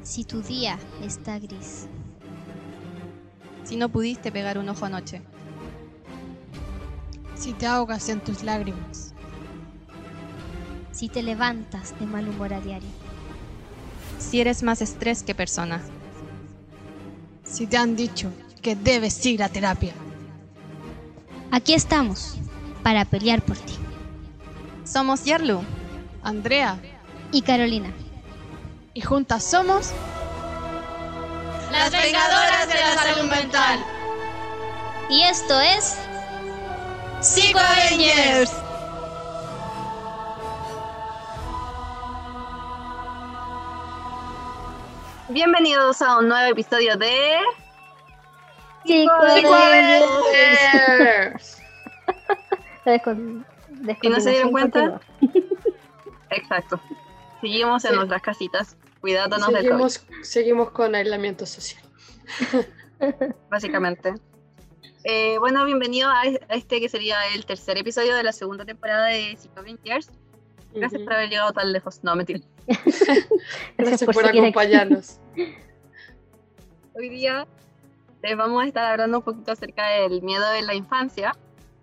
Si tu día está gris, Si no pudiste pegar un ojo anoche, Si te ahogas en tus lágrimas, si te levantas de mal humor a diario, si eres más estrés que persona, si te han dicho que debes ir a terapia, aquí estamos para pelear por ti. somos Yarlu. Andrea, Y Carolina, y juntas somos Las vengadoras de la salud mental. y esto es Psico Avengers. Bienvenidos a un nuevo episodio de Psico Avengers. ¿Y no se dieron cuenta? Exacto. Seguimos en nuestras casitas, cuidándonos del COVID, Seguimos con aislamiento social. básicamente. Bueno, bienvenido a este que sería el tercer episodio de la segunda temporada de Psico Avengers. Gracias por haber llegado tan lejos. No, mentira. Gracias por acompañarnos. Hoy día les vamos a estar hablando un poquito acerca del miedo en la infancia.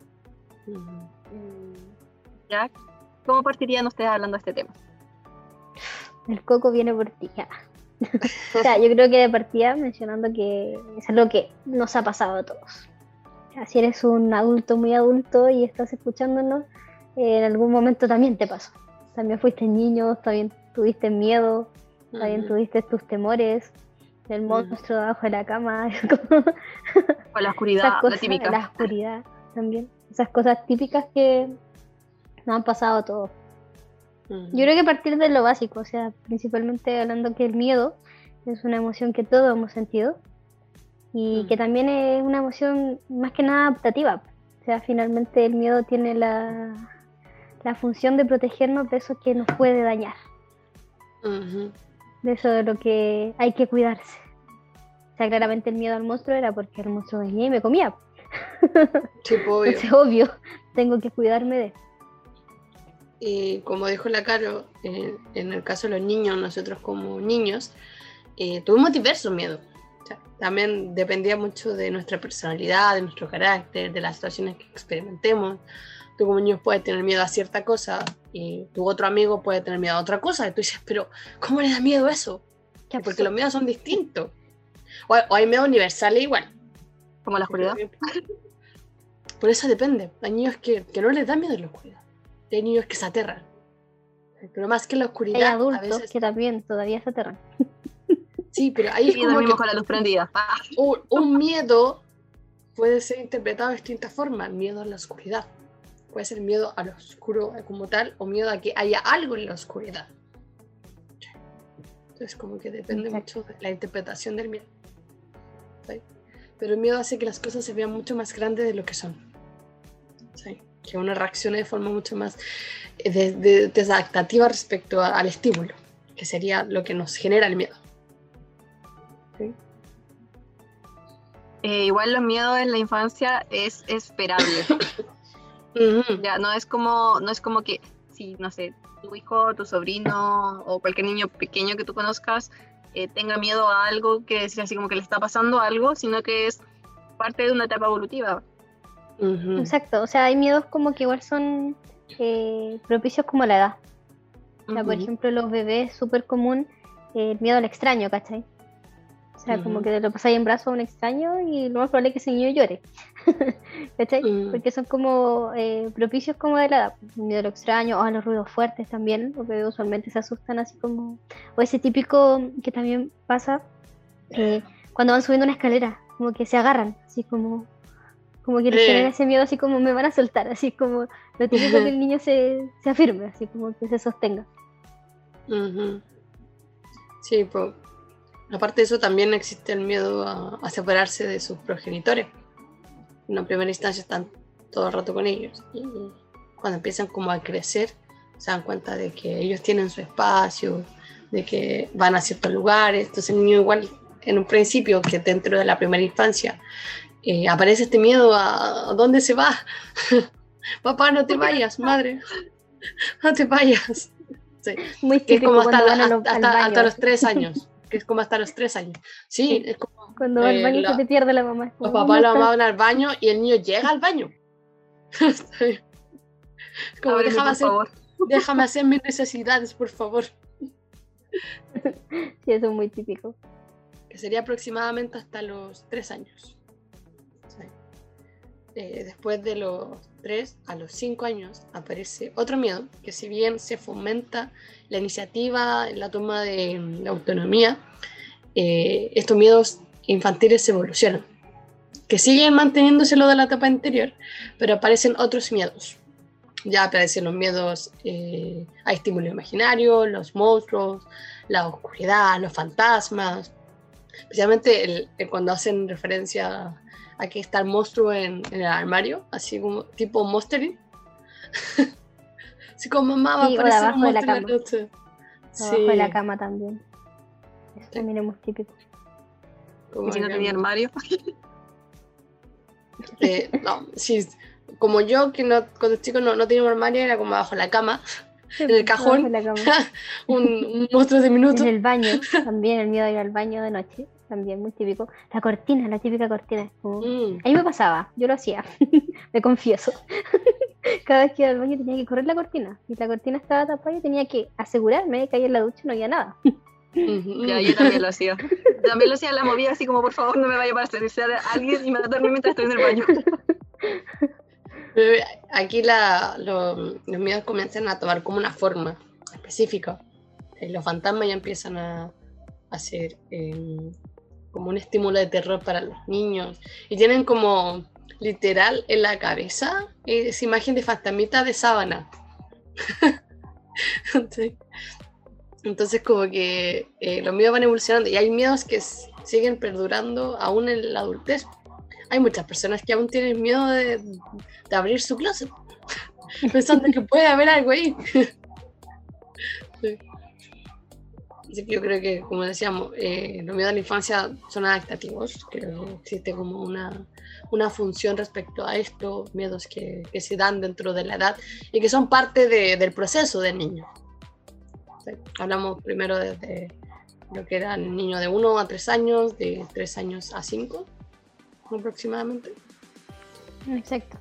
¿Ya? ¿Cómo partirían ustedes hablando de este tema? El coco viene por ti. O sea, yo creo que de partida mencionando que es algo que nos ha pasado a todos. O sea, si eres un adulto muy adulto y estás escuchándonos, en algún momento también te pasó. También fuiste niño, también tuviste miedo, también tuviste tus temores, el monstruo debajo de la cama. O la oscuridad, la típica. La oscuridad también. Esas cosas típicas que nos han pasado a todos. Yo creo que partir de lo básico, o sea, principalmente hablando que el miedo es una emoción que todos hemos sentido y que también es una emoción más que nada adaptativa. O sea, finalmente el miedo tiene la función de protegernos de eso que nos puede dañar, de eso de lo que hay que cuidarse. O sea, claramente el miedo al monstruo era porque el monstruo venía y me comía. Sí, obvio. Entonces, obvio, tengo que cuidarme de. Y como dijo la Caro, en el caso de los niños, nosotros como niños, tuvimos diversos miedos. O sea, también dependía mucho de nuestra personalidad, de nuestro carácter, de las situaciones que experimentemos. Tú como niño puedes tener miedo a cierta cosa y tu otro amigo puede tener miedo a otra cosa. Y tú dices, pero ¿cómo le da miedo eso? Porque los miedos son distintos. O hay miedo universales igual. Como la oscuridad. Por eso depende. Hay niños que no les da miedo la oscuridad. Hay niños que se aterran. Pero más que la oscuridad. Hay adultos a veces... que también todavía se aterran. Sí, pero ahí es como que con la luz prendida. un miedo puede ser interpretado de distintas formas. El miedo a la oscuridad. Puede ser miedo a lo oscuro como tal, o miedo a que haya algo en la oscuridad. Entonces como que depende mucho de la interpretación del miedo. ¿Sí? Pero el miedo hace que las cosas se vean mucho más grandes de lo que son. ¿Sí? Que uno reaccione de forma mucho más desadaptativa respecto al estímulo, que sería lo que nos genera el miedo. ¿Sí? Igual los miedos en la infancia es esperable. Ya, no es como que si, no sé, tu hijo, tu sobrino o cualquier niño pequeño que tú conozcas tenga miedo a algo, que decir así como que le está pasando algo, sino que es parte de una etapa evolutiva. Exacto, o sea, hay miedos como que igual son propicios como la edad. O sea, por ejemplo, los bebés, súper común el miedo al extraño, ¿cachai? O sea, como que lo pasáis en brazos a un extraño y lo más probable es que ese niño llore. ¿Cachai? Porque son como propicios como de la edad. El miedo a lo extraño o a los ruidos fuertes también, porque usualmente se asustan así como... O ese típico que también pasa cuando van subiendo una escalera, como que se agarran, así como que les genera ese miedo, así como me van a soltar, así como lo típico que el niño se afirme, así como que se sostenga. Sí, pues aparte de eso también existe el miedo a separarse de sus progenitores. En la primera instancia están todo el rato con ellos y cuando empiezan como a crecer se dan cuenta de que ellos tienen su espacio, de que van a ciertos lugares. Entonces el niño igual en un principio, que dentro de la primera infancia aparece este miedo a dónde se va. Papá, no te vayas, madre, no te vayas. Sí. Muy que es típico como cuando van hasta los 3 años. que es como hasta los 3 años. Sí, es como... Cuando va al baño se te pierde la mamá. Los papás y la mamá van al baño y el niño llega al baño. Como, déjame hacer mis necesidades, por favor. Sí, eso es muy típico. Que sería aproximadamente hasta los 3 años. Después de los 3 a los 5 años aparece otro miedo, que si bien se fomenta la iniciativa, la toma de la autonomía, estos miedos infantiles se evolucionan, que siguen manteniéndose lo de la etapa anterior, pero aparecen otros miedos. Ya aparecen los miedos a estímulo imaginario, los monstruos, la oscuridad, los fantasmas, especialmente cuando hacen referencia a que está el monstruo en el armario, así como tipo Monstering. Así como mamá va a aparecer un monstruo en la noche. Abajo de la cama también. Eso también es muy típico. ¿Y si no tenía armario? No, sí, como yo, que no, cuando chico no tenía un armario, era como abajo de la cama, sí, en el cajón, un monstruo de minutos. En el baño, también el miedo a ir al baño de noche, también muy típico. La cortina, la típica cortina. Como... A mí me pasaba, yo lo hacía, me confieso. Cada vez que iba al baño tenía que correr la cortina. Si la cortina estaba tapada, yo tenía que asegurarme de que ahí en la ducha no había nada. Ya, yo también lo hacía. También lo hacía, la movía así como, por favor, no me vaya a pasar alguien y matarme mientras estoy en el baño. Aquí los miedos comienzan a tomar como una forma específica. Los fantasmas ya empiezan a ser como un estímulo de terror para los niños. Y tienen como literal en la cabeza esa imagen de fantasmita de sábana. Entonces como que los miedos van evolucionando y hay miedos que siguen perdurando aún en la adultez. Hay muchas personas que aún tienen miedo de abrir su closet, pensando que puede haber algo ahí. Sí. Así que yo creo que, como decíamos, los miedos de la infancia son adaptativos. Creo que existe como una función respecto a estos miedos que se dan dentro de la edad y que son parte del proceso del niño. Sí. Hablamos primero desde lo que era el niño de 1 a 3 años, de 3 años a 5 aproximadamente. Exacto.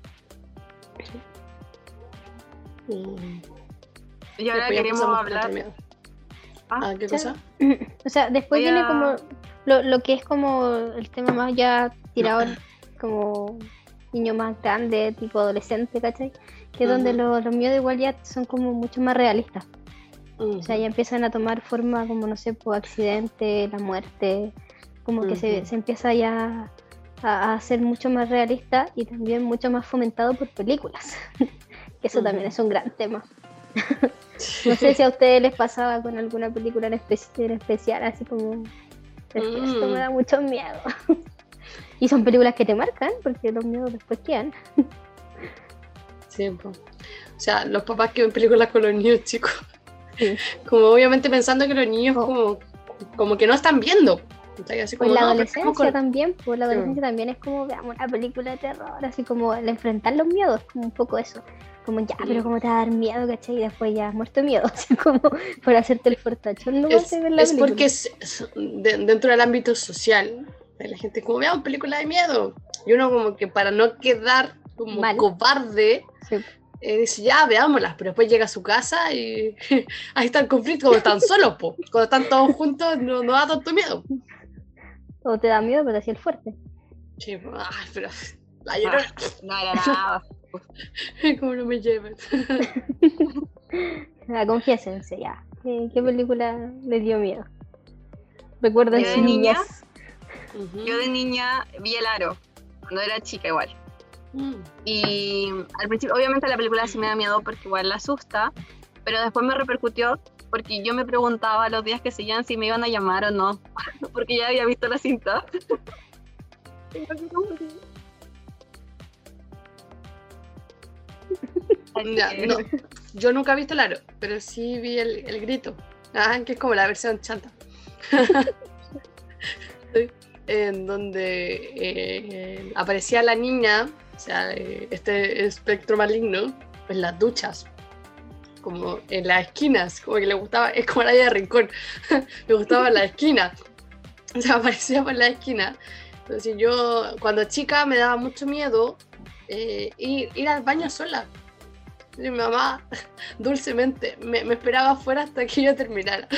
Y ahora queremos hablar... ¿Qué cosa? O sea, después viene como lo que es como el tema más ya tirado como niño más grande, tipo adolescente, ¿cachai? Que es donde los miedos igual ya son como mucho más realistas. O sea, ya empiezan a tomar forma como, no sé, por accidente, la muerte, como que se empieza ya a hacer mucho más realista y también mucho más fomentado por películas. Que eso también es un gran tema. No sé si a ustedes les pasaba con alguna película en especial, así como esto me da mucho miedo. Y son películas que te marcan, porque los miedos después quedan. Sí, pues. O sea, los papás que ven películas con los niños chicos, como obviamente pensando que los niños como que no están viendo. Así como, pues la adolescencia también, pues la adolescencia también es como, veamos, una película de terror, así como el enfrentar los miedos, como un poco eso. Como ya, pero ¿cómo te va a dar miedo, cachai? Y después ya has muerto miedo, así como por hacerte el fortachón. No es porque dentro del ámbito social, la gente como, veamos películas de miedo. Y uno como que para no quedar como cobarde, dice, ya, veámoslas. Pero después llega a su casa y ahí está el conflicto, cuando están solos, po. Cuando están todos juntos no da tanto miedo. O te da miedo, pero te hacía el fuerte. Sí, pero la llorona. No era nada. ¿Cómo no me llevan? Confiésense ya. ¿Qué película les dio miedo? ¿Recuerdan sus niñas? Yo de niña vi El Aro, cuando era chica igual. Y al principio, obviamente la película sí me da miedo porque igual la asusta, pero después me repercutió porque yo me preguntaba los días que seguían si me iban a llamar o no, porque ya había visto la cinta. Ya, no, yo nunca he visto El Aro, pero sí vi el grito, que es como la versión chanta. En donde aparecía la niña, o sea, este espectro maligno en las duchas. como en las esquinas, como que le gustaba, es como la de Rincón, le gustaba en la esquina, o sea, aparecía por la esquina. Entonces yo, cuando chica, me daba mucho miedo ir al baño sola. Y mi mamá, dulcemente, me esperaba afuera hasta que yo terminara.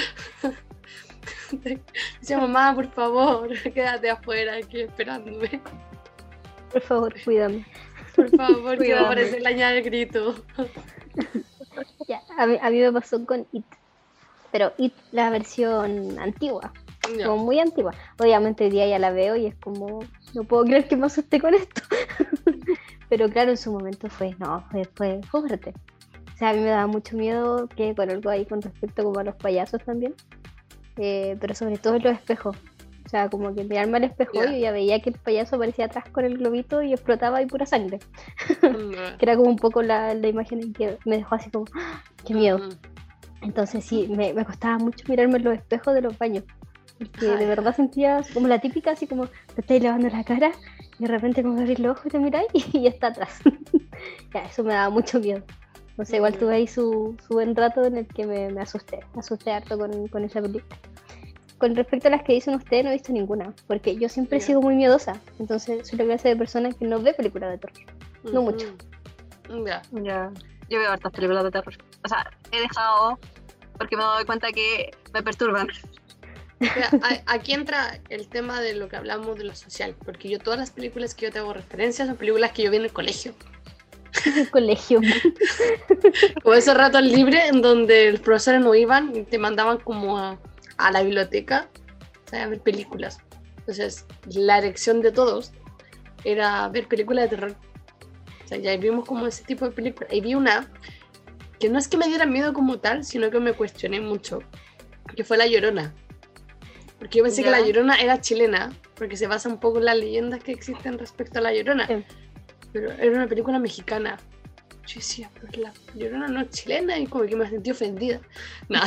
Decía, mamá, por favor, quédate afuera aquí esperándome. Por favor, cuídame. Por favor, que va a aparecer la ña del grito. Ya, a mí me pasó con It. Pero It, la versión antigua. Ya. Como muy antigua. Obviamente hoy día ya la veo y es como, no puedo creer que me asusté con esto. Pero claro, en su momento fue fuerte. O sea, a mí me daba mucho miedo que con algo ahí con respecto como a los payasos también. Pero sobre todo en los espejos. O sea, como que mirarme al espejo y yo ya veía que el payaso aparecía atrás con el globito y explotaba y pura sangre. Que era como un poco la imagen en que me dejó así como, ¡ah! ¡Qué miedo! Entonces sí, me costaba mucho mirarme en los espejos de los baños. Porque de verdad sentía como la típica, así como te estáis lavando la cara y de repente como abrís los ojos y te miráis y ya está atrás. Ya, eso me daba mucho miedo. No sé, igual tuve ahí su buen rato en el que me asusté harto con esa película. Con respecto a las que dicen ustedes, no he visto ninguna, porque yo siempre he sido muy miedosa, entonces soy la clase de persona que no ve películas de terror, no mucho. Ya. Yo veo hartas películas de terror. O sea, he dejado porque me doy cuenta que me perturban. Aquí entra el tema de lo que hablamos de lo social, porque yo todas las películas que yo te hago referencia son películas que yo vi en el colegio. El colegio. Como esos ratos libres en donde los profesores no iban y te mandaban como a la biblioteca, o sea, a ver películas. Entonces, la elección de todos era ver películas de terror. O sea, ya vimos como ese tipo de películas. Y vi una que no es que me diera miedo como tal, sino que me cuestioné mucho, que fue La Llorona. Porque yo pensé que La Llorona era chilena, porque se basa un poco en las leyendas que existen respecto a La Llorona. Sí. Pero era una película mexicana. Yo decía, pero La Llorona no es chilena, y como que me sentí ofendida. Nada.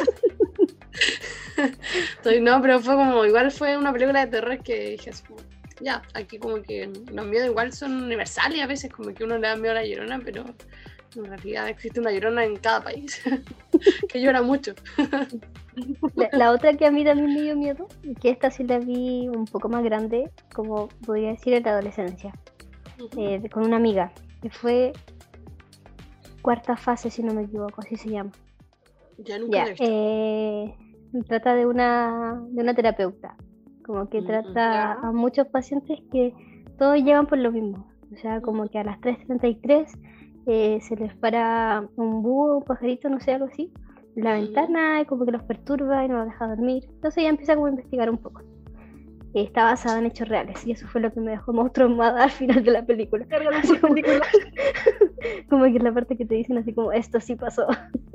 Entonces, no, pero fue como, igual fue una película de terror que dije así como, ya, aquí como que los miedos igual son universales, y a veces como que uno le da miedo a La Llorona, pero en realidad existe una Llorona en cada país que llora mucho. La otra que a mí también me dio miedo, y que esta sí la vi un poco más grande, como podría decir en la adolescencia, con una amiga, que fue Cuarta Fase, si no me equivoco, así se llama. Ya nunca la he visto. Trata de una terapeuta, como que trata a muchos pacientes que todos llevan por lo mismo, o sea, como que a las 3:33 se les para un búho, un pajarito, no sé, algo así, en la ventana, y como que los perturba y no los deja dormir. Entonces ella empieza como a investigar un poco. Está basada en hechos reales, y eso fue lo que me dejó más traumada al final de la película. Como que es la parte que te dicen así como, esto sí pasó.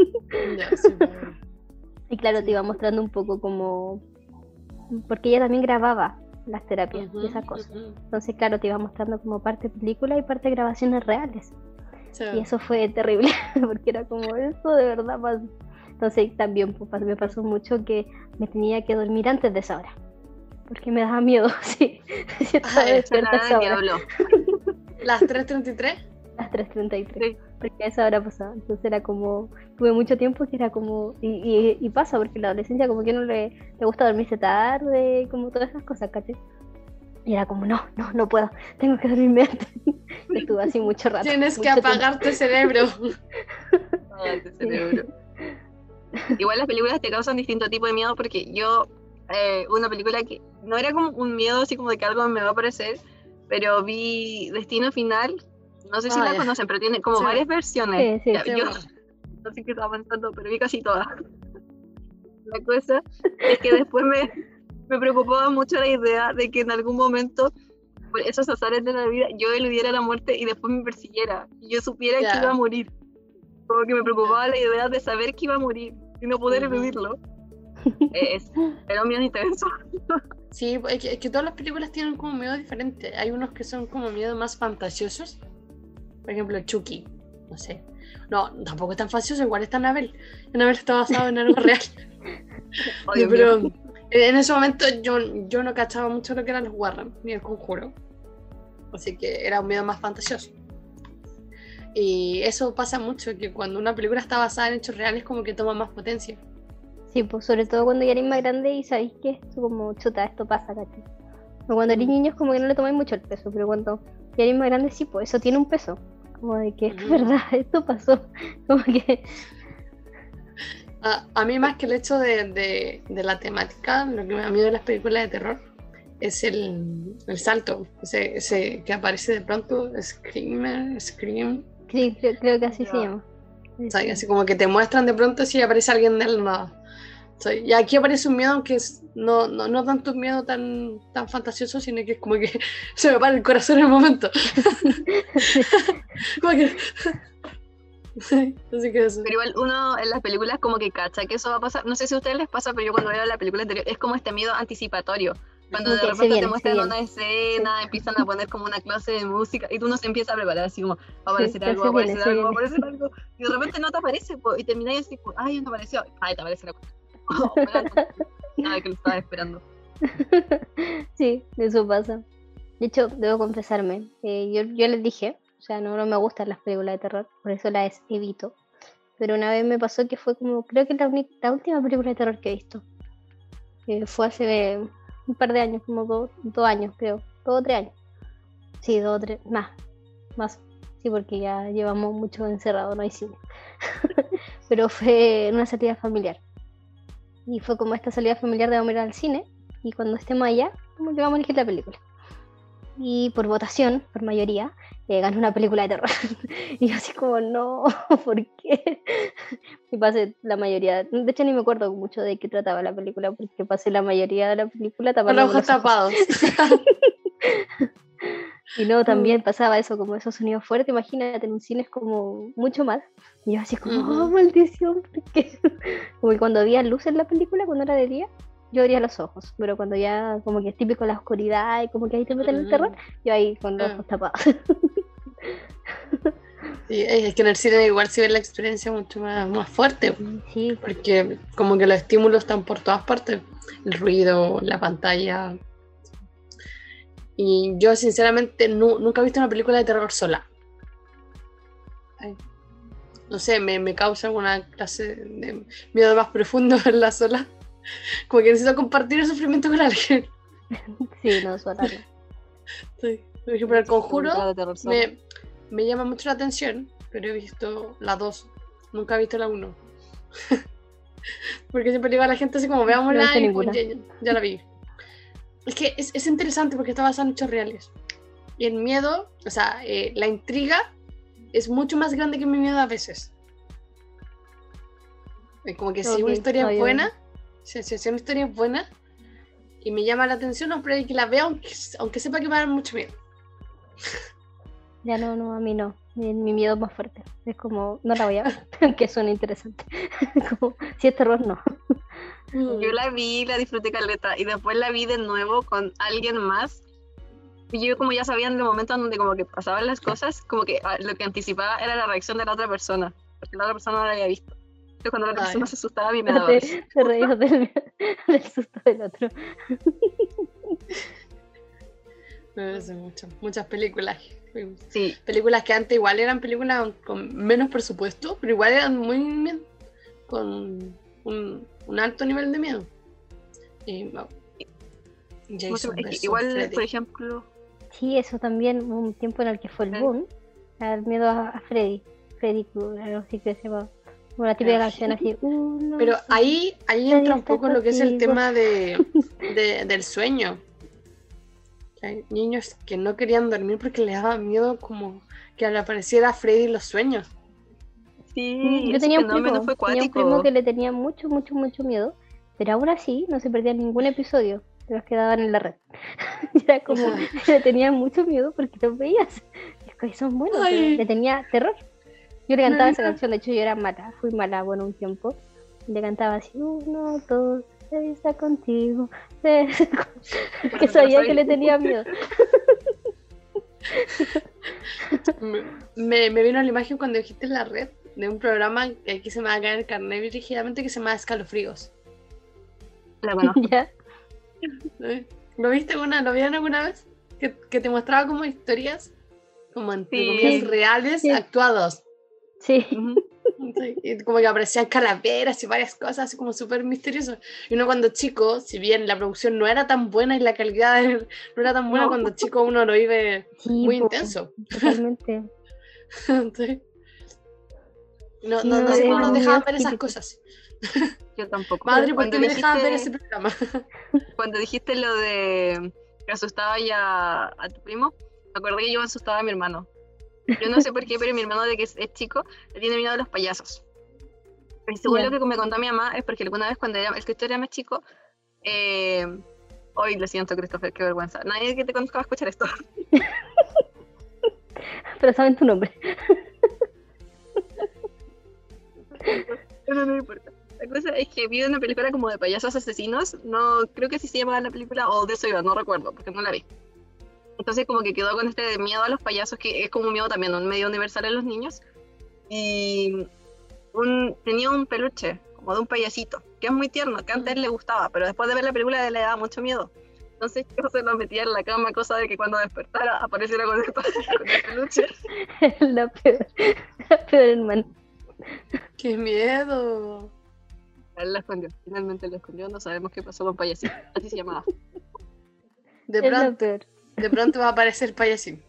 Y claro, te iba mostrando un poco como, porque ella también grababa las terapias y esas cosas. Entonces claro, te iba mostrando como parte película y parte grabaciones reales. Y eso fue terrible, porque era como, eso de verdad pasó. Entonces también me pasó mucho que me tenía que dormir antes de esa hora, porque me daba miedo, sí. Si estaba despierta esa hora. ¿Las 3:33? Las 3:33, sí. Porque a esa hora pasaba. Entonces era como, tuve mucho tiempo que era como, y pasa, porque en la adolescencia como que no le gusta dormirse tarde, como todas esas cosas, ¿cachai? Y era como, no puedo, tengo que dormirme antes. Estuve así mucho rato. Tienes que apagar tu cerebro. Apagar tu cerebro. Igual las películas te causan distinto tipo de miedo, porque yo, una película que no era como un miedo así como de que algo me va a aparecer, pero vi Destino Final, no sé si la conocen, pero tiene como varias versiones. Sí, yo no sé qué estaba pensando, pero vi casi todas. La cosa es que después me preocupaba mucho la idea de que en algún momento, por esos azares de la vida, yo eludiera la muerte y después me persiguiera, y yo supiera que iba a morir. Como que me preocupaba la idea de saber que iba a morir y no poder eludirlo. Era un miedo intenso. Sí, es que todas las películas tienen como miedo diferente. Hay unos que son como miedos más fantasiosos. Por ejemplo, Chucky, no sé. No, tampoco es tan fantasioso, igual está Annabelle. Annabelle está basado en algo real. Pero en ese momento yo no cachaba mucho lo que eran los Warren, ni el Conjuro. Así que era un miedo más fantasioso. Y eso pasa mucho, que cuando una película está basada en hechos reales como que toma más potencia. Sí, pues sobre todo cuando ya eres más grande y sabéis que esto como chuta, esto pasa, ¿cachai? O cuando eres niño es como que no le tomáis mucho el peso, pero cuando ya eres más grande sí, pues eso tiene un peso. Como de que esto es verdad, esto pasó. Como que... A mí más que el hecho de la temática, lo que me da miedo de las películas de terror es el salto, ese que aparece de pronto, Scream. Sí, creo que así se llama. O sea, así como que te muestran de pronto si aparece alguien de la nada. O sea, y aquí aparece un miedo que es no tanto un miedo tan fantasioso, sino que es como que se me para el corazón en el momento. Como que... Sí, así que eso. Pero igual uno en las películas como que cacha que eso va a pasar. No sé si a ustedes les pasa, pero yo cuando veo la película anterior es como este miedo anticipatorio. Cuando de repente te muestran una escena, empiezan a poner como una clase de música y tú no se empieza a preparar así como va a aparecer algo, va a aparecer algo, va a aparecer algo. Y de repente no te aparece y termináis así como, ay, no apareció. Ay, te aparece la cosa. Oh, nada que lo estaba esperando. Sí, eso pasa. De hecho, debo confesarme, yo les dije, o sea, no me gustan las películas de terror, por eso las evito. Pero una vez me pasó que fue como, creo que la última película de terror que he visto. Que fue hace un par de años, como 2 años, creo. 2 o 3 años. Sí, 2 o 3, más. Sí, porque ya llevamos mucho encerrado, no hay cine. Pero fue una salida familiar. Y fue como esta salida familiar de vamos a ir al cine. Y cuando estemos allá, como que vamos a elegir la película. Y por votación, por mayoría, ganó una película de terror. Y yo así como, no, ¿por qué? Y pasé la mayoría, de hecho ni me acuerdo mucho de qué trataba la película, porque pasé la mayoría de la película con los ojos tapados. Y no, también pasaba eso, como esos sonidos fuertes, imagínate, en un cine es como mucho más. Y yo así como, oh, maldición, ¿por qué? Como que cuando había luz en la película, cuando era de día, yo abría los ojos, pero cuando ya como que es típico la oscuridad y como que ahí te meten el terror, yo ahí con los ojos tapados. Sí, es que en el cine igual se ve la experiencia mucho más fuerte, sí, porque como que los estímulos están por todas partes, el ruido, la pantalla. Y yo sinceramente nunca he visto una película de terror sola. No sé, me causa alguna clase de miedo más profundo verla sola. Como que necesito compartir el sufrimiento con alguien. Sí, no, sola no. Sí. Por ejemplo, El Conjuro me llama mucho la atención, pero he visto la 2, nunca he visto la 1. Porque siempre digo a la gente así como veámosla y pues, ya la vi. Es que es interesante porque está basada en hechos reales. Y el miedo, o sea, la intriga es mucho más grande que mi miedo a veces. Como que si una historia es buena, si una historia es buena y me llama la atención, no espero que la vea aunque sepa que me va a dar mucho miedo. Ya no, a mí no. Mi miedo es más fuerte. Es como, no la voy a ver, aunque suena interesante. Como, si es terror, no. Yo la vi, la disfruté caleta y después la vi de nuevo con alguien más y yo como ya sabía en el momento en donde como que pasaban las cosas, como que lo que anticipaba era la reacción de la otra persona, porque la otra persona no la había visto. Entonces cuando la otra persona se asustaba a mí me daba te reías del susto del otro. Muchas películas. Sí. Películas que antes igual eran películas con menos presupuesto, pero igual eran muy con un alto nivel de miedo. Igual, Freddy. por ejemplo... Sí, eso también, un tiempo en el que fue el boom, el miedo a Freddy Krueger, algo así que se llama, una típica canción así. Pero ahí entra un poco lo que es el tema del sueño. Hay niños que no querían dormir porque les daba miedo como que le apareciera Freddy en los sueños. Sí, yo tenía un primo que le tenía mucho miedo, pero aún así no se perdía ningún episodio de los que daban en la red. Era como, le tenía mucho miedo porque los veías. Y son buenos, pero le tenía terror. Yo le cantaba esa canción, de hecho yo era mala, fui mala, bueno, un tiempo. Le cantaba así, 1, 2, está contigo. Que sabía que le tenía miedo. Me vino la imagen cuando dijiste en la red de un programa que aquí se me va a caer el carnet dirigidamente que se llama Escalofríos. La conozco. ¿Ya? ¿Lo viste ¿Lo vieron alguna vez? Que te mostraba como historias como entre Sí. comillas reales, Sí. actuados. Sí. Sí, y como que aparecían calaveras y varias cosas, así como súper misterioso. Y uno cuando chico, si bien la producción no era tan buena y la calidad no era tan buena, No. cuando chico uno lo vive Sí, muy po, intenso. totalmente. Sí. No, Sí, no, no no, sé cómo es nos un dejaban miedo ver esas típico. cosas. Yo tampoco. Madre, ¿por Cuando qué me dejaban ver ese dijiste, programa? cuando dijiste lo de que asustaba ya a tu primo, me acordé que yo asustaba a mi hermano. Yo no sé por qué, pero mi hermano de que es chico le tiene miedo a los payasos. Y según Ya. lo que me contó mi mamá, es porque alguna vez cuando el Cristo era más chico, hoy lo siento, Christopher, qué vergüenza. Nadie que te conozca va a escuchar esto. Pero saben tu nombre. Pero no me importa. La cosa es que vi una película como de payasos asesinos, no creo que así se llamaba la película, o de eso iba, no recuerdo, porque no la vi. Entonces como que quedó con este miedo a los payasos, que es como un miedo también, un medio universal en los niños. Y tenía un peluche, como de un payasito, que es muy tierno, que antes le gustaba, pero después de ver la película le daba mucho miedo. Entonces yo se lo metía en la cama, cosa de que cuando despertara apareciera con el peluche. La peor hermana. ¡Qué miedo! Él la escondió, finalmente lo escondió, no sabemos qué pasó con payasito, así se llamaba. De Es la pronto, peor. de pronto va a aparecer payasín.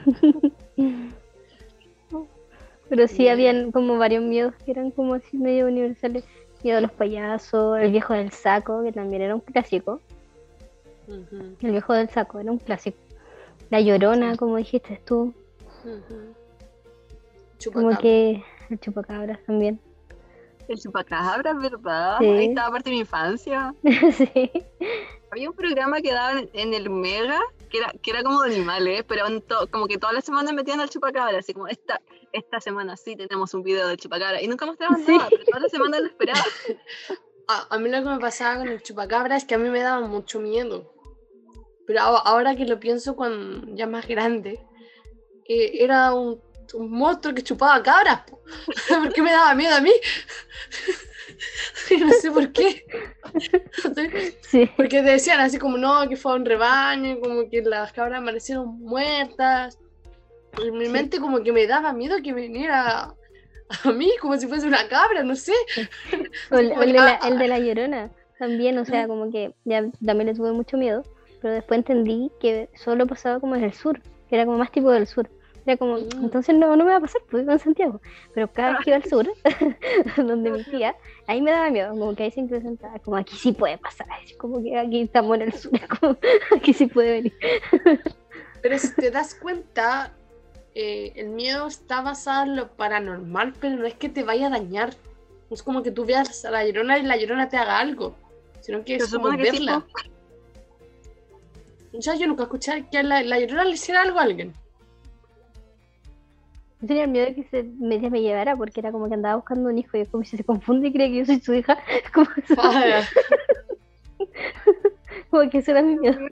Pero sí Bien. habían como varios miedos que eran como así medio universales. Miedo a los payasos, el viejo del saco, que también era un clásico. Ujú, El viejo del saco era un clásico. La Llorona, como dijiste tú. ujú. Como Chupacabra. que el chupacabras también. El chupacabra, ¿verdad? Sí. Ahí estaba parte de mi infancia. Sí. Había un programa que daban en el Mega, que era como de animales, pero como que todas las semanas metían al chupacabra, así como esta semana sí tenemos un video del chupacabra, y nunca mostraban Sí. nada, pero todas las semanas lo esperaba. A mí lo que me pasaba con el chupacabra es que a mí me daba mucho miedo. Pero ahora que lo pienso cuando ya más grande, era un monstruo que chupaba cabras. Po. ¿Por qué me daba miedo a mí? No sé por qué. Sí. Porque decían así como no, que fue a un rebaño, como que las cabras amanecieron muertas. En mi mente como que me daba miedo que viniera a mí, como si fuese una cabra, no sé. O el de la Llorona también, o sea, como que ya también le tuve mucho miedo, pero después entendí que solo pasaba como en el sur, que era como más tipo del sur. Era como, entonces no me va a pasar, porque vivo en Santiago. Pero cada vez que iba al sur, donde mi tía, ahí me daba miedo, como que ahí se presentaba, como aquí sí puede pasar, así como que aquí estamos en el sur, como, aquí sí puede venir. Pero si te das cuenta, el miedo está basado en lo paranormal, pero no es que te vaya a dañar. No es como que tú veas a la Llorona y la Llorona te haga algo, sino que Se es como supone que sí, verla. O sea, yo nunca escuché que a la Llorona le hiciera algo a alguien. Yo tenía el miedo de que me llevara, porque era como que andaba buscando un hijo y como si se confunde y cree que yo soy su hija, como que eso era mi miedo.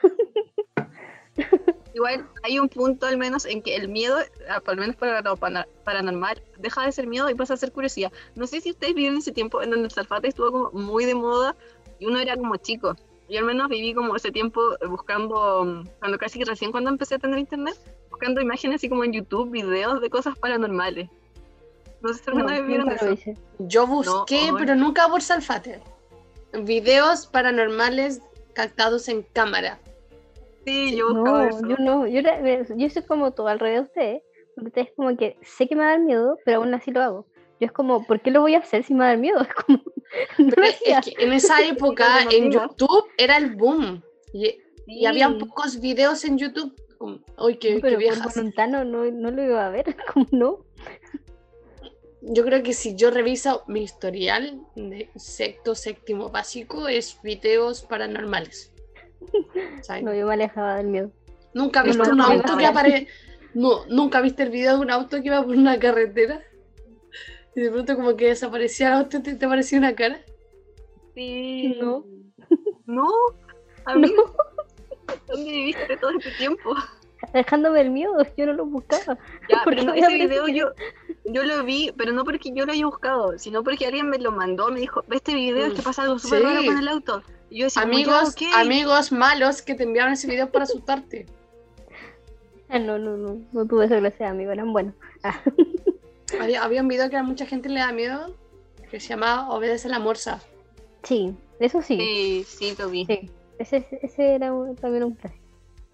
Igual hay un punto al menos en que el miedo, al menos para lo paranormal, deja de ser miedo y pasa a ser curiosidad. No sé si ustedes vivieron ese tiempo en donde el Salfate estuvo como muy de moda y uno era como chico. Yo al menos viví como ese tiempo buscando, cuando empecé a tener internet, buscando imágenes así como en YouTube, videos de cosas paranormales. No sé si alguna vez vieron nunca lo eso. hice. Yo busqué, No, pero nunca por Salfate. Videos paranormales captados en cámara. Sí, yo buscaba No, eso. yo no, yo soy como todo al revés de ustedes, porque ustedes como que sé que me va a dar miedo, pero aún así lo hago. Yo es como, ¿por qué lo voy a hacer si me va a dar miedo? Es como, no Pero lo es hacía. que en esa época Porque en motiva. YouTube era el boom. Y Sí. habían pocos videos en YouTube. Como, uy, No, qué pero por viejas. voluntad no lo iba a ver, como no. Yo creo que si yo reviso mi historial de sexto, séptimo básico, es videos paranormales. ¿Sabes? No, yo me alejaba del miedo. ¿Nunca no, viste no, un no, auto no, que no. aparece? No, ¿nunca viste el video de un auto que iba por una carretera? Y de pronto como que desaparecía el auto y te aparecía una cara. Sí. No. No, amigo. ¿Dónde viviste todo este tiempo? Dejándome el miedo, yo no lo buscaba. Ya, ¿Por pero no, qué voy a ese video aprender? yo lo vi, pero no porque yo lo haya buscado, sino porque alguien me lo mandó, me dijo, ve este video, es que pasa algo súper Sí. raro con el auto. Y yo decía, como, ya, ok. Amigos malos que te enviaron ese video para asustarte. No tuve esa clase de amigos, eran buenos. Había un video que a mucha gente le da miedo, que se llama Obedece la Morsa. Sí, eso sí. Sí, lo vi. Sí, ese era también un clásico.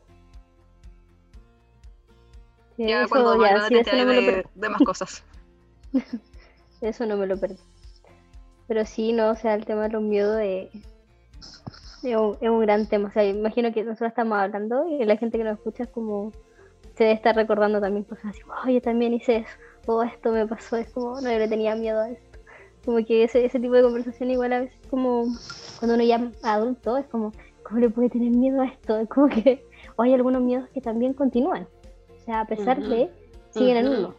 Sí, Ya eso, cuando ya, van a sí, eso no me lo de más cosas. Eso no me lo perdí. Pero sí, no, o sea, el tema de los miedos es un gran tema. O sea, imagino que nosotros estamos hablando y la gente que nos escucha es como se debe estar recordando también cosas así, oh, yo también hice eso, o esto me pasó, es como, no, yo le tenía miedo a esto. Como que ese tipo de conversación igual a veces como cuando uno ya es adulto, es como, ¿cómo le puede tener miedo a esto? Es como que o hay algunos miedos que también continúan. O sea, a pesar de, siguen en uno.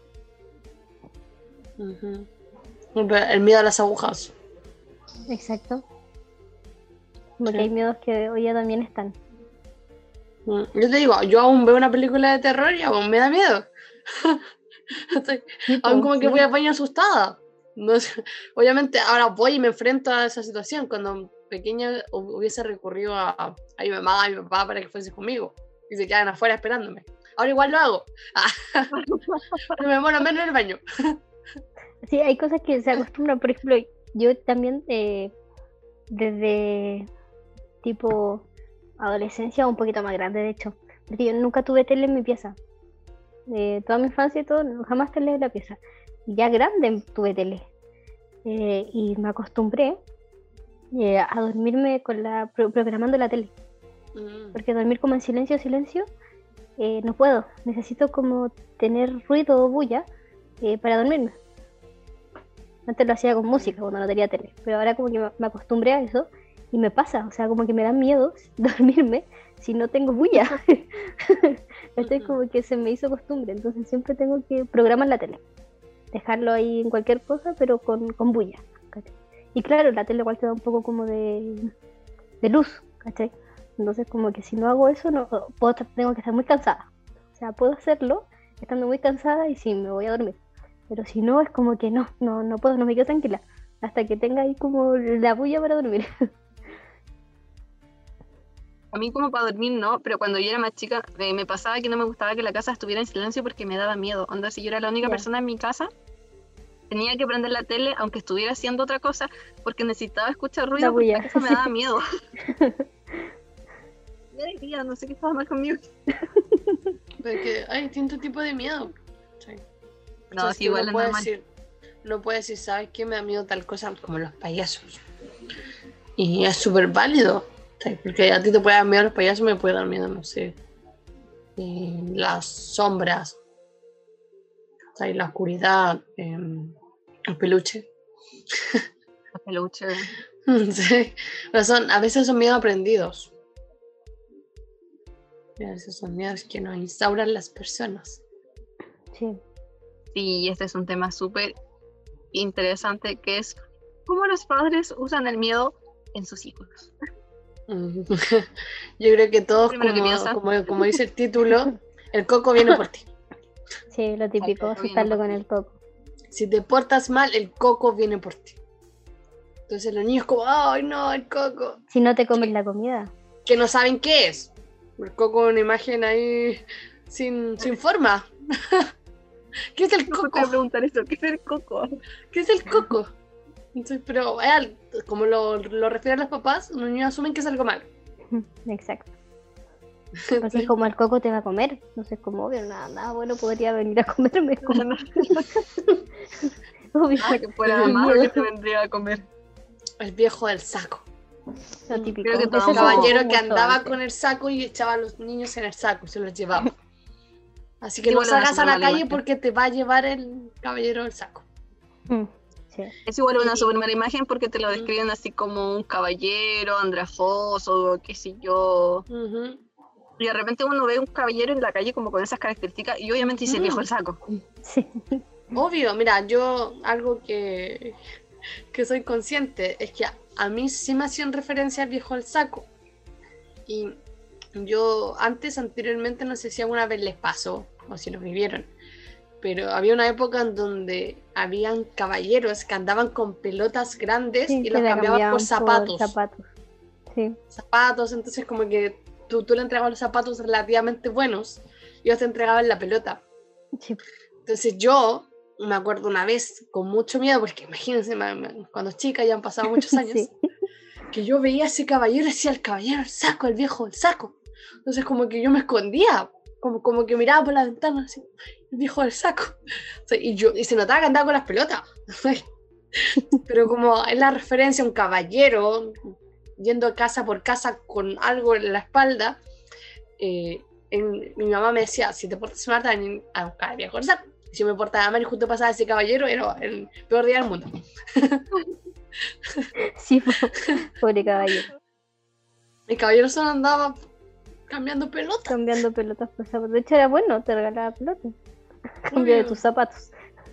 El miedo a las agujas. Exacto. Como que hay miedos que hoy ya también están. Yo te digo, yo aún veo una película de terror y aún me da miedo. Aún como que voy a baño asustada. No sé, obviamente ahora voy y me enfrento a esa situación. Cuando pequeña hubiese recurrido a mi mamá, a mi papá para que fuese conmigo y se quedan afuera esperándome. Ahora igual lo hago. Pero me demoro menos en el baño. Sí, hay cosas que se acostumbran. Por ejemplo, yo también desde tipo adolescencia o un poquito más grande, de hecho, porque yo nunca tuve tele en mi pieza. Toda mi infancia y todo, jamás tele en la pieza. Y ya grande tuve tele. Y me acostumbré a dormirme con programando la tele. Porque dormir como en silencio, no puedo. Necesito como tener ruido o bulla para dormirme. Antes lo hacía con música cuando no tenía tele, pero ahora como que me acostumbré a eso y me pasa, o sea, como que me da miedo dormirme si no tengo bulla. Estoy como que se me hizo costumbre, entonces siempre tengo que programar la tele, dejarlo ahí en cualquier cosa, pero con bulla, ¿cachai? Y claro, la tele igual te da un poco como de luz, ¿cachai? Entonces como que si no hago eso, tengo que estar muy cansada. O sea, puedo hacerlo estando muy cansada y sí, me voy a dormir. Pero si no, es como que no puedo, no me quedo tranquila. Hasta que tenga ahí como la bulla para dormir. A mí como para dormir no, pero cuando yo era más chica me pasaba que no me gustaba que la casa estuviera en silencio porque me daba miedo. Onda, si yo era la única persona en mi casa, tenía que prender la tele aunque estuviera haciendo otra cosa porque necesitaba escuchar ruido porque la casa me daba miedo. No sé qué estaba mal conmigo. Porque hay distintos tipos de miedo. Sí. No, sí, igual no puedes decir, ¿sabes qué? Me da miedo tal cosa como los payasos. Y es súper válido. ¿Sí? Porque a ti te puede dar miedo los payasos, me puede dar miedo, no sé. Las sombras. ¿Sí? La oscuridad. El peluche. El peluche. Sí. Pero a veces son miedos aprendidos. Y a veces son miedos que nos instauran las personas. Sí. Sí, este es un tema súper interesante que es cómo los padres usan el miedo en sus hijos. Yo creo que todos, como dice el título, el coco viene por ti. Sí, lo típico, asustarlo con el coco. Si te portas mal, el coco viene por ti. Entonces los niños como, ¡ay no, el coco! Si no te comes la comida. Que no saben qué es. El coco es una imagen ahí sin forma. ¿Qué es el coco? Voy a preguntar eso, ¿qué es el coco? ¿Qué es el coco? Entonces, pero como lo refieren los papás, los niños asumen que es algo malo. Exacto. Pues es como el coco te va a comer. No sé, como obvio, nada bueno podría venir a comerme. Obvio. Que fuera malo que te vendría a comer. El viejo del saco. Lo típico. Creo que todo un caballero que andaba con el saco y echaba a los niños en el saco y se los llevaba. Así que no salgas a la calle porque te va a llevar el caballero del saco. Sí. Es igual una súper mala imagen porque te lo describen así como un caballero andrajoso, qué sé yo. Y de repente uno ve un caballero en la calle como con esas características y obviamente dice viejo el saco. Sí. Obvio, mira, yo algo que soy consciente es que a mí sí me hacían referencia al viejo del saco. Y yo anteriormente, no sé si alguna vez les pasó o si lo vivieron, pero había una época en donde habían caballeros que andaban con pelotas grandes y los cambiaban por zapatos. Sí. Zapatos, entonces como que tú le entregabas los zapatos relativamente buenos ellos te entregaban la pelota. Sí. Entonces yo me acuerdo una vez con mucho miedo, porque imagínense, cuando chica ya han pasado muchos años, Sí. que yo veía a ese caballero y decía, el caballero, el saco, el viejo, el saco. Entonces como que yo me escondía, como que miraba por la ventana, así, el viejo del saco. O sea, y se notaba que andaba con las pelotas. Pero como es la referencia a un caballero yendo casa por casa con algo en la espalda, mi mamá me decía, si te portas mal, te van a buscar el viejo del saco. Y si me portaba mal y justo pasaba ese caballero, era el peor día del mundo. Sí, pobre caballero. El caballero solo andaba cambiando pelotas. Cambiando pelotas por zapatos. De hecho era bueno, te regalaba pelotas. Cambio de tus zapatos.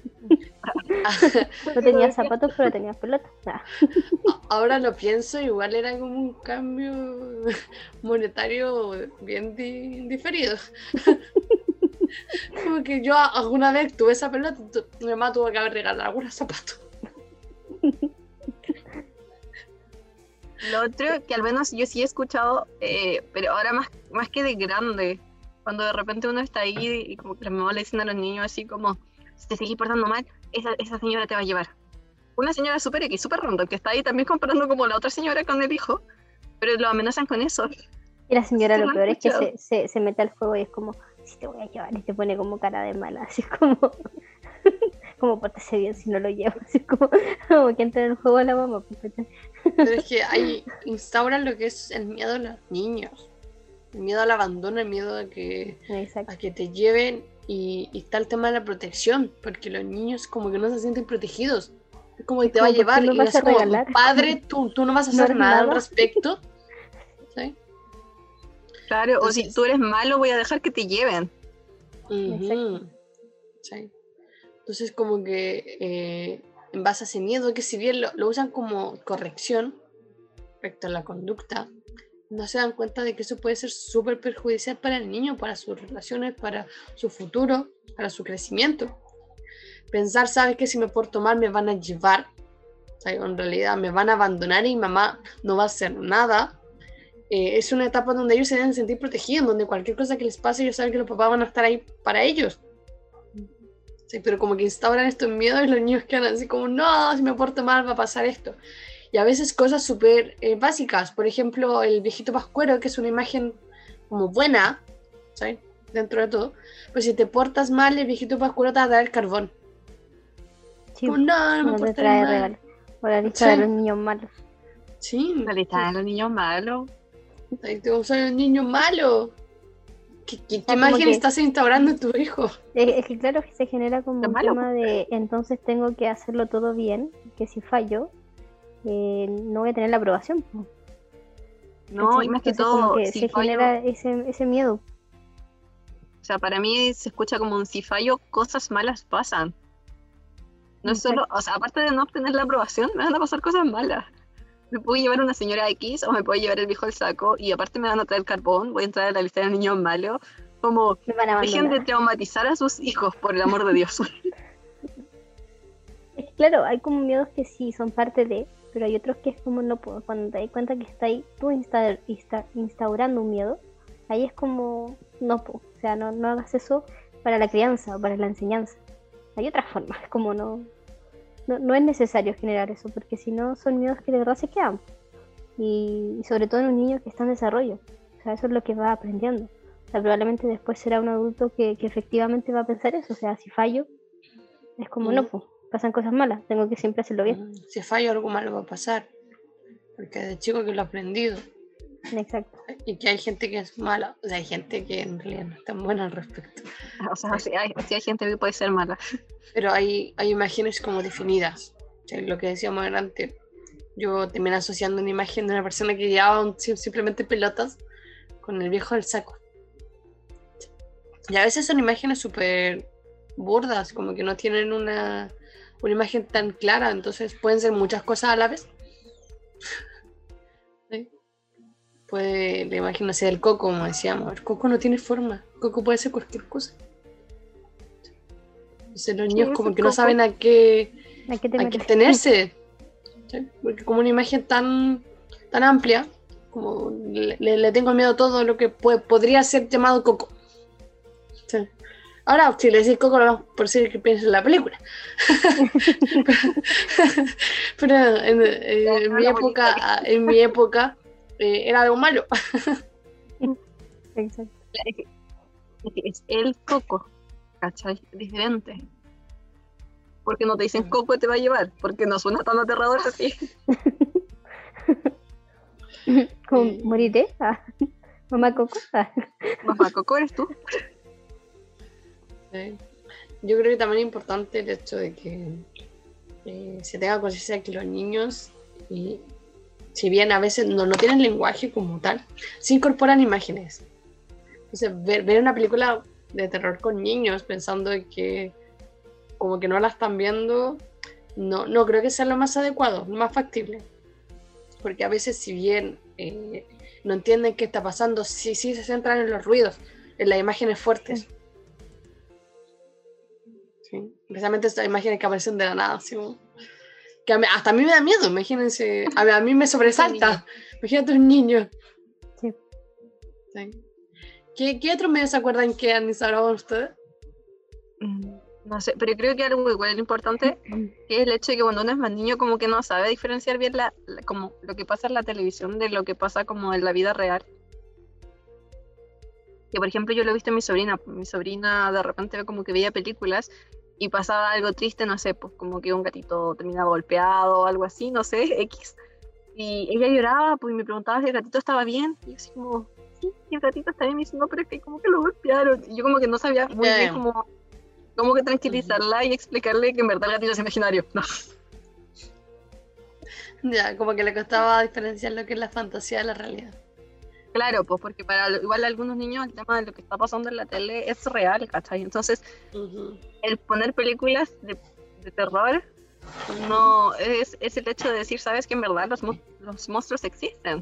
No tenías zapatos, pero tenías pelotas. Nah. Ahora lo pienso, igual era como un cambio monetario bien diferido. Como que yo alguna vez tuve esa pelota, mi mamá tuvo que haber regalado algunos zapatos. Lo otro que al menos yo sí he escuchado, pero ahora más que de grande, cuando de repente uno está ahí y como que las mamás le dicen a los niños así como, si te sigues portando mal, esa señora te va a llevar. Una señora súper X, súper random, que está ahí también comparando como la otra señora con el hijo, pero lo amenazan con eso. Y la señora Sí, lo lo he peor es que escuchado. se mete al juego y es como, si te voy a llevar, y te pone como cara de mala, así como, como pórtese bien si no lo llevo, así como que entra en el juego a la mamá. Pero es que ahí instauran lo que es el miedo a los niños, el miedo al abandono, el miedo a que te lleven, y está el tema de la protección, porque los niños como que no se sienten protegidos. Es como que te va a llevar y es como, padre, tú no vas a hacer nada al respecto. ¿Sí? Claro, Entonces, o si tú eres malo, voy a dejar que te lleven. Sí. Entonces como que en base a ese miedo, que si bien lo usan como corrección respecto a la conducta, no se dan cuenta de que eso puede ser súper perjudicial para el niño, para sus relaciones, para su futuro, para su crecimiento. Pensar, ¿sabes que si me porto mal me van a llevar? O sea, en realidad me van a abandonar y mamá no va a hacer nada. Es una etapa donde ellos se deben sentir protegidos, donde cualquier cosa que les pase ellos saben que los papás van a estar ahí para ellos. Sí, pero como que instauran estos miedos y los niños quedan así como, no, si me porto mal va a pasar esto. Y a veces cosas súper básicas, por ejemplo el viejito pascuero, que es una imagen como buena, ¿sabes? Dentro de todo, pues si te portas mal el viejito pascuero te va a dar el carbón. Sí, como, no me te portaré trae mal. regalo. O la lista de los niños malos. Sí. La lista de los niños malos. Soy un niño malo. ¿Qué sea, imagen que estás instaurando en tu hijo? Es que claro que se genera como Es un malo, tema de entonces tengo que hacerlo todo bien, que si fallo no voy a tener la aprobación. No, ¿Cachai? y más que Entonces, como todo, que si se fallo, genera ese miedo. o sea, para mí se escucha como un si fallo, cosas malas pasan. No es solo, o sea, aparte de no obtener la aprobación, me van a pasar cosas malas. Me puede llevar una señora X o me puede llevar el viejo al saco y aparte me van a traer carbón, voy a entrar a la lista de niños malos. Como, Me van a dejen abandonar. de traumatizar a sus hijos, por el amor de Dios. Es que, claro, hay como miedos que sí son parte de, pero hay otros que es como no puedo. Cuando te das cuenta que está ahí tú instaurando un miedo, ahí es como no puedo. O sea, no hagas eso para la crianza o para la enseñanza. Hay otras formas, como no es necesario generar eso, porque si no son miedos que de verdad se quedan. Y sobre todo en un niño que está en desarrollo. O sea, eso es lo que va aprendiendo. O sea, probablemente después será un adulto que efectivamente va a pensar eso. O sea, si fallo, es como no, pues, pasan cosas malas, tengo que siempre hacerlo bien. Si fallo, algo malo va a pasar. Porque de chico que lo he aprendido. Exacto. Y que hay gente que es mala. O sea, hay gente que en realidad no es tan buena al respecto. O sea, sí hay gente que puede ser mala. Pero hay imágenes como definidas. O sea, lo que decíamos antes. Yo terminé asociando una imagen de una persona que llevaba simplemente pelotas con el viejo del saco. Y a veces son imágenes súper burdas, como que no tienen una imagen tan clara, entonces pueden ser muchas cosas a la vez. ¿Sí? Puede, la imagen, no sé, del coco, como decíamos, el coco no tiene forma, el coco puede ser cualquier cosa. Entonces los niños como que no saben a qué tenerse, ¿sí? Porque como una imagen tan amplia, como le tengo miedo a todo lo que podría ser llamado coco. Sí. Ahora, si le decís Coco, no por decir que piensa en la película. Pero en mi época era algo malo. Exacto. Es el Coco, ¿cachai? Diferente. Porque no te dicen Coco te va a llevar, porque no suena tan aterrador así. ¿Cómo moriré? Mamá Coco. Mamá Coco eres tú. Sí. Yo creo que también es importante el hecho de que se tenga conciencia de que los niños, si bien a veces no tienen lenguaje como tal, se incorporan imágenes. Entonces, ver una película de terror con niños pensando que como que no la están viendo, no creo que sea lo más adecuado, lo más factible. Porque a veces, si bien no entienden qué está pasando, sí se centran en los ruidos, en las imágenes fuertes. Sí. Precisamente estas imágenes que aparecen de la nada, ¿sí? Que hasta a mí me da miedo, imagínense, a mí me sobresalta, imagínate un niño. Sí. Sí. ¿Qué otros medios se acuerdan que han instalado ustedes? No sé, pero creo que algo igual importante que es el hecho de que cuando uno es más niño como que no sabe diferenciar bien como lo que pasa en la televisión de lo que pasa como en la vida real. Que por ejemplo yo lo he visto en mi sobrina de repente como que veía películas y pasaba algo triste, no sé, pues como que un gatito terminaba golpeado o algo así, no sé, X. Y ella lloraba, pues y me preguntaba si el gatito estaba bien. Y yo así como, sí, el gatito está bien. Y me dice, no, pero es que como que lo golpearon. Y yo como que no sabía muy bien cómo que tranquilizarla y explicarle que en verdad el gatito es imaginario. No. Ya, como que le costaba diferenciar lo que es la fantasía de la realidad. Claro, pues porque para igual algunos niños el tema de lo que está pasando en la tele es real, ¿cachai? Entonces, el poner películas de terror no es el hecho de decir, sabes que en verdad los monstruos existen.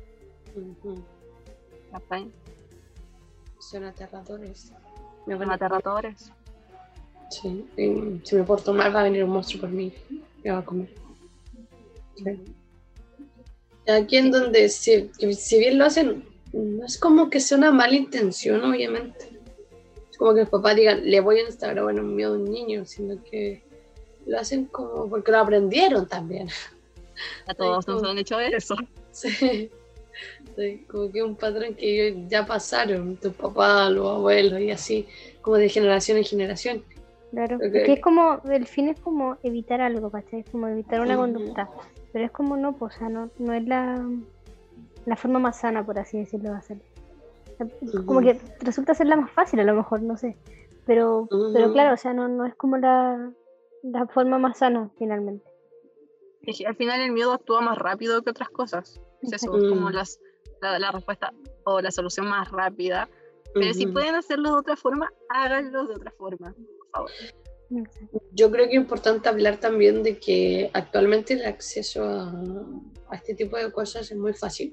¿Cachai? Son aterradores. Son aterradores. Sí, si me porto mal va a venir un monstruo por mí, me va a comer. Sí. Aquí en donde, si bien lo hacen, no es como que sea una mala intención, obviamente. Es como que los papás digan, le voy a instalar un miedo a un niño, sino que lo hacen como porque lo aprendieron también. A todos nos han hecho eso. Sí. Sí, como que un patrón que ellos ya pasaron, tu papá, los abuelos y así, como de generación en generación. Claro, porque es como, el fin es como evitar algo, ¿cachai? Es como evitar una conducta, pero es como no, pues, o sea, no es la forma más sana, por así decirlo, de hacerlo. Como que resulta ser la más fácil, a lo mejor, no sé, pero claro, o sea, no es como la forma más sana, finalmente. Y al final el miedo actúa más rápido que otras cosas. Es eso, es como la respuesta o la solución más rápida. Pero si pueden hacerlo de otra forma, háganlo de otra forma, por favor. Yo creo que es importante hablar también de que actualmente el acceso a este tipo de cosas es muy fácil.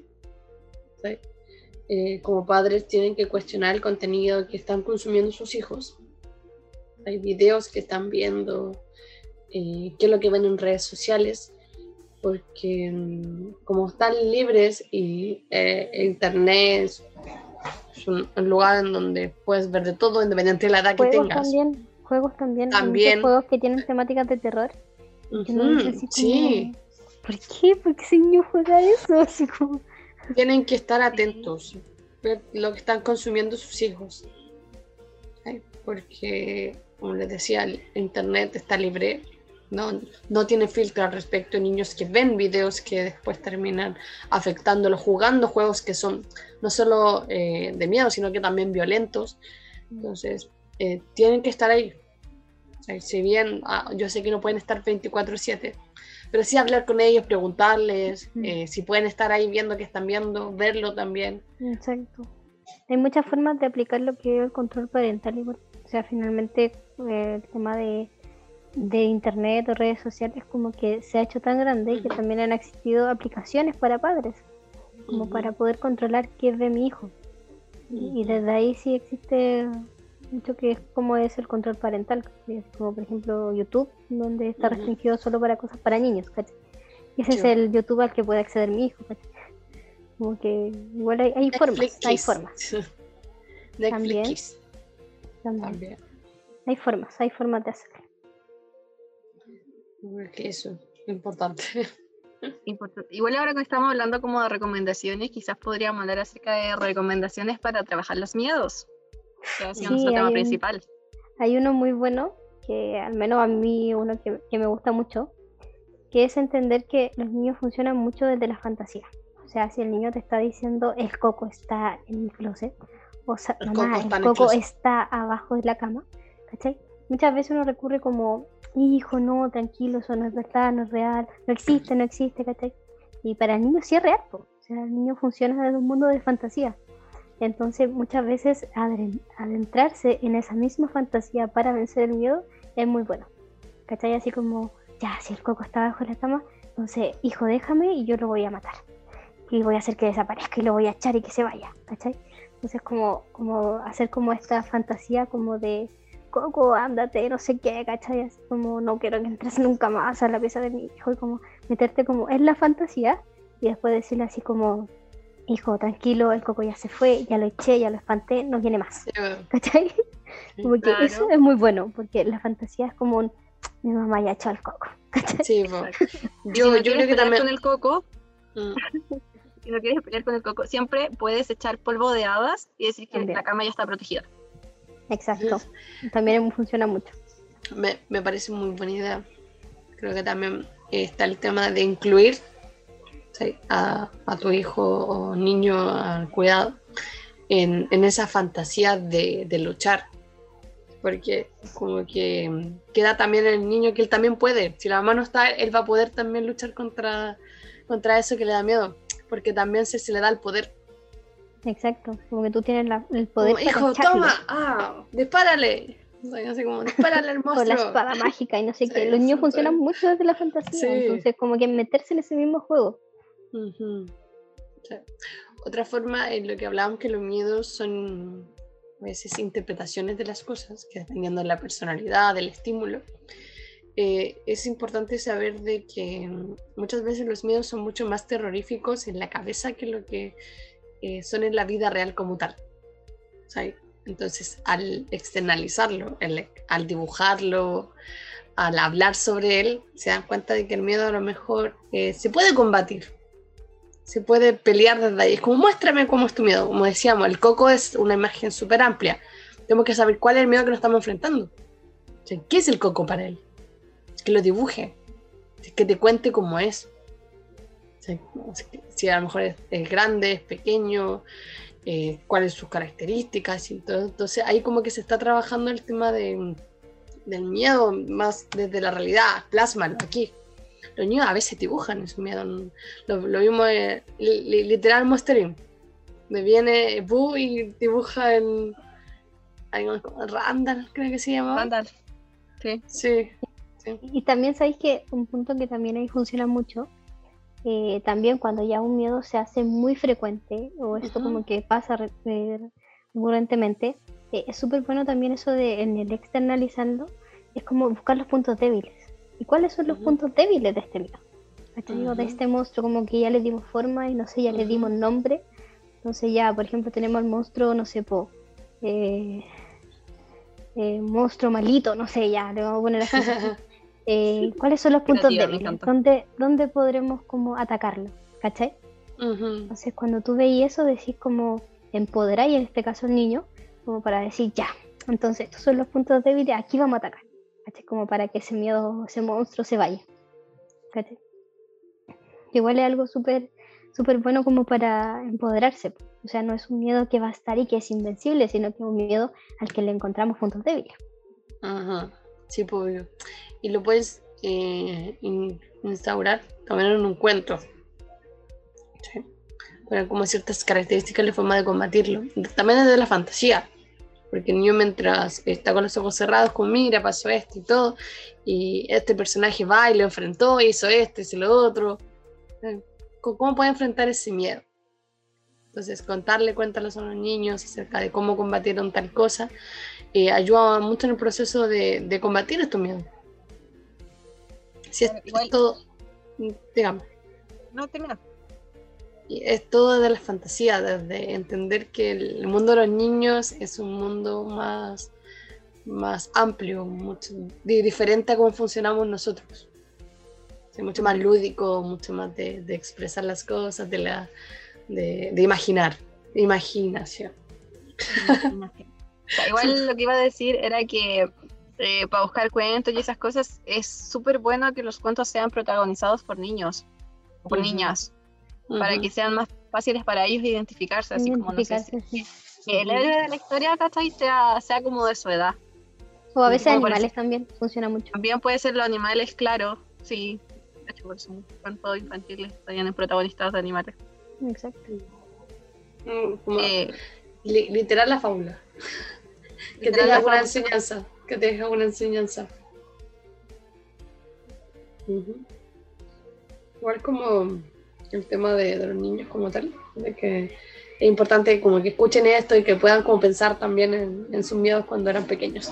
¿Sí? Como padres tienen que cuestionar el contenido que están consumiendo sus hijos. Hay videos que están viendo, qué es lo que ven en redes sociales, porque como están libres y internet es un lugar en donde puedes ver de todo independiente de la edad que tengas. Juegos también. Hay muchos juegos que tienen temáticas de terror. Sí. ¿Por qué? ¿Por qué ese niño juega eso? Así como... Tienen que estar atentos, ver lo que están consumiendo sus hijos. ¿Sí? Porque, como les decía, el internet está libre. No tiene filtro al respecto. Niños que ven videos que después terminan afectándolos, jugando juegos que son no solo de miedo, sino que también violentos. Entonces, tienen que estar ahí. O sea, si bien yo sé que no pueden estar 24/7, pero sí hablar con ellos, preguntarles si pueden estar ahí viendo que están viendo, verlo también. Exacto. Hay muchas formas de aplicar lo que es el control parental igual. O sea, finalmente el tema de internet o redes sociales como que se ha hecho tan grande que también han existido aplicaciones para padres como para poder controlar qué ve mi hijo y desde ahí sí existe mucho que es como es el control parental, como por ejemplo YouTube, donde está restringido solo para cosas para niños, ¿cachai? Ese es el YouTube al que puede acceder mi hijo, ¿cachai? Como que igual hay formas Netflix. también también. Hay formas de hacerlo. Porque eso es importante. Igual ahora que estamos hablando como de recomendaciones, quizás podríamos hablar acerca de recomendaciones para trabajar los miedos, que ha sido nuestro tema principal. Hay uno muy bueno, que al menos a mí uno que me gusta mucho, que es entender que los niños funcionan mucho desde la fantasía. O sea, si el niño te está diciendo el coco está en mi closet, o sea, mamá, el coco está abajo de la cama, ¿cachai? Muchas veces uno recurre como, hijo, no, tranquilo, eso no es verdad, no es real, no existe, ¿cachai? Y para el niño sí es real, po. O sea, el niño funciona desde un mundo de fantasía. Entonces, muchas veces adentrarse en esa misma fantasía para vencer el miedo es muy bueno, ¿cachai? Así como, ya, si el coco está abajo de la cama, entonces, hijo, déjame y yo lo voy a matar. Y voy a hacer que desaparezca y lo voy a echar y que se vaya, ¿cachai? Entonces, como hacer como esta fantasía como de Coco, ándate, no sé qué, ¿cachai? Así como no quiero que entres nunca más a la pieza de mi hijo, y como meterte como en la fantasía y después decirle así como, hijo, tranquilo, el Coco ya se fue, ya lo eché, ya lo espanté, no viene más, ¿cachai? Porque claro, eso es muy bueno, porque la fantasía es como mi mamá ya echó al Coco, ¿cachai? Sí, yo creo que también con el Coco. Si no quieres pelear con el Coco, siempre puedes echar polvo de hadas y decir que la cama ya está protegida. Exacto, también funciona mucho. Me parece muy buena idea. Creo que también está el tema de incluir, ¿sí?, a tu hijo o niño al cuidado en esa fantasía de luchar, porque como que queda también el niño que él también puede. Si la mamá no está, él va a poder también luchar contra eso que le da miedo, porque también se le da el poder. Exacto, como que tú tienes el poder. Como, hijo, toma, dispárale. Así como, dispárale al monstruo. Con la espada mágica y no sé sí, qué. Los niños funcionan mucho desde la fantasía, sí. Entonces como que meterse en ese mismo juego. Uh-huh. Sí. Otra forma en lo que hablábamos que los miedos son a veces interpretaciones de las cosas, que dependiendo de la personalidad, del estímulo, es importante saber de que muchas veces los miedos son mucho más terroríficos en la cabeza que lo que son en la vida real como tal, ¿sí? Entonces al externalizarlo, al dibujarlo, al hablar sobre él, se dan cuenta de que el miedo a lo mejor se puede combatir, se puede pelear desde ahí. Es como, muéstrame cómo es tu miedo. Como decíamos, el Coco es una imagen súper amplia. Tenemos que saber cuál es el miedo que nos estamos enfrentando. O sea, ¿qué es el Coco para él? Que lo dibuje, que te cuente cómo es. Si a lo mejor es grande, es pequeño, cuáles son sus características y todo. Entonces ahí como que se está trabajando el tema del miedo más desde la realidad, plásmalo aquí. Los niños a veces dibujan ese miedo, lo vimos literal Monster Inc. Me viene Boo y dibuja en Randall, creo que se llama. Randall, sí. Y también sabéis que un punto que también ahí funciona mucho, también cuando ya un miedo se hace muy frecuente o esto como que pasa recurrentemente, es súper bueno también eso de en el externalizarlo, es como buscar los puntos débiles. ¿Y cuáles son los puntos débiles de este miedo? De este monstruo, como que ya le dimos forma y no sé, ya le dimos nombre. Entonces ya, por ejemplo, tenemos al monstruo, no sé, monstruo malito, no sé, ya, le vamos a poner así. ¿Cuáles son los puntos débiles? ¿Dónde podremos como atacarlo? ¿Cachai? Entonces cuando tú veis eso, decís como empoderáis en este caso al niño, como para decir ya, entonces estos son los puntos débiles, aquí vamos a atacar, ¿cachai? Como para que ese miedo, ese monstruo se vaya, ¿cachai? Igual es algo súper bueno como para empoderarse, o sea, no es un miedo que va a estar y que es invencible, sino que es un miedo al que le encontramos puntos débiles. Sí, pues, y lo puedes instaurar también en un cuento, ¿sí? Pero como ciertas características de forma de combatirlo, también desde la fantasía, porque el niño mientras está con los ojos cerrados, como mira, pasó esto y todo, y este personaje va y lo enfrentó, hizo esto, hizo lo otro, ¿cómo puede enfrentar ese miedo? Entonces cuéntalos a los niños acerca de cómo combatieron tal cosa, ayuda mucho en el proceso de combatir estos miedos. Si es todo, digamos. No, termina. Es todo de la fantasía, desde entender que el mundo de los niños es un mundo más más amplio, mucho diferente a cómo funcionamos nosotros. Sí, mucho más lúdico, mucho más de expresar las cosas, de imaginar, imaginación. O sea, igual lo que iba a decir era que para buscar cuentos y esas cosas es súper bueno que los cuentos sean protagonizados por niños o por niñas, para que sean más fáciles para ellos identificarse, así como no sé, que el héroe de la historia, ¿cachai? sea como de su edad. O a veces animales también, funciona mucho. También puede ser los animales, claro, sí. De hecho, por eso cuentos infantiles estarían en protagonistas de animales. Exacto. Como literal la fábula. Que te deja una enseñanza. Igual como el tema de los niños como tal, de que es importante como que escuchen esto y que puedan como pensar también en sus miedos cuando eran pequeños.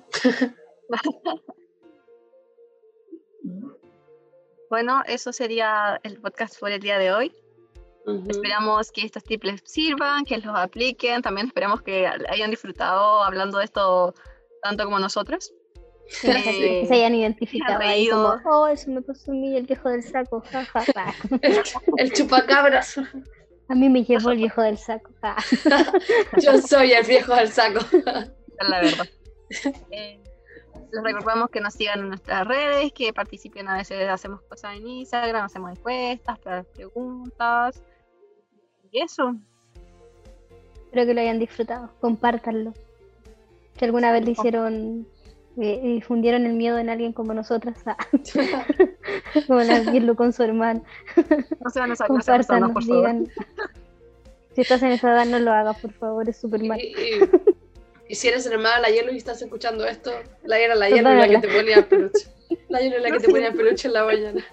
Bueno, eso sería el podcast por el día de hoy. Esperamos que estos tips les sirvan, que los apliquen. También esperamos que hayan disfrutado hablando de esto tanto como nosotros. Que se hayan identificado ahí reído. como, eso me pasó a mí, el viejo del saco, ja, ja, ja. El chupacabras. A mí me llevó el viejo del saco. Ja. Yo soy el viejo del saco. Es la verdad. Les recordamos que nos sigan en nuestras redes, que participen, a veces hacemos cosas en Instagram, hacemos encuestas, preguntas. Y eso. Espero que lo hayan disfrutado. Compártanlo. Si alguna vez le hicieron, difundieron el miedo en alguien como nosotras. Como Nagirlo con su hermano. No se van a Compártanos, por favor. digan. Si estás en esa edad, no lo hagas, por favor, es súper mal. Y si eres hermana de la Hielo y estás escuchando esto, la era la Hielo la que te ponía el peluche. La Hielo es la que te ponía el peluche en la mañana.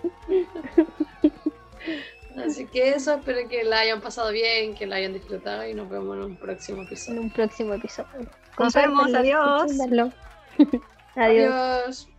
Así que eso, espero que la hayan pasado bien, que la hayan disfrutado y nos vemos en un próximo episodio. En un próximo episodio. Nos vemos, adiós. Adiós. Adiós.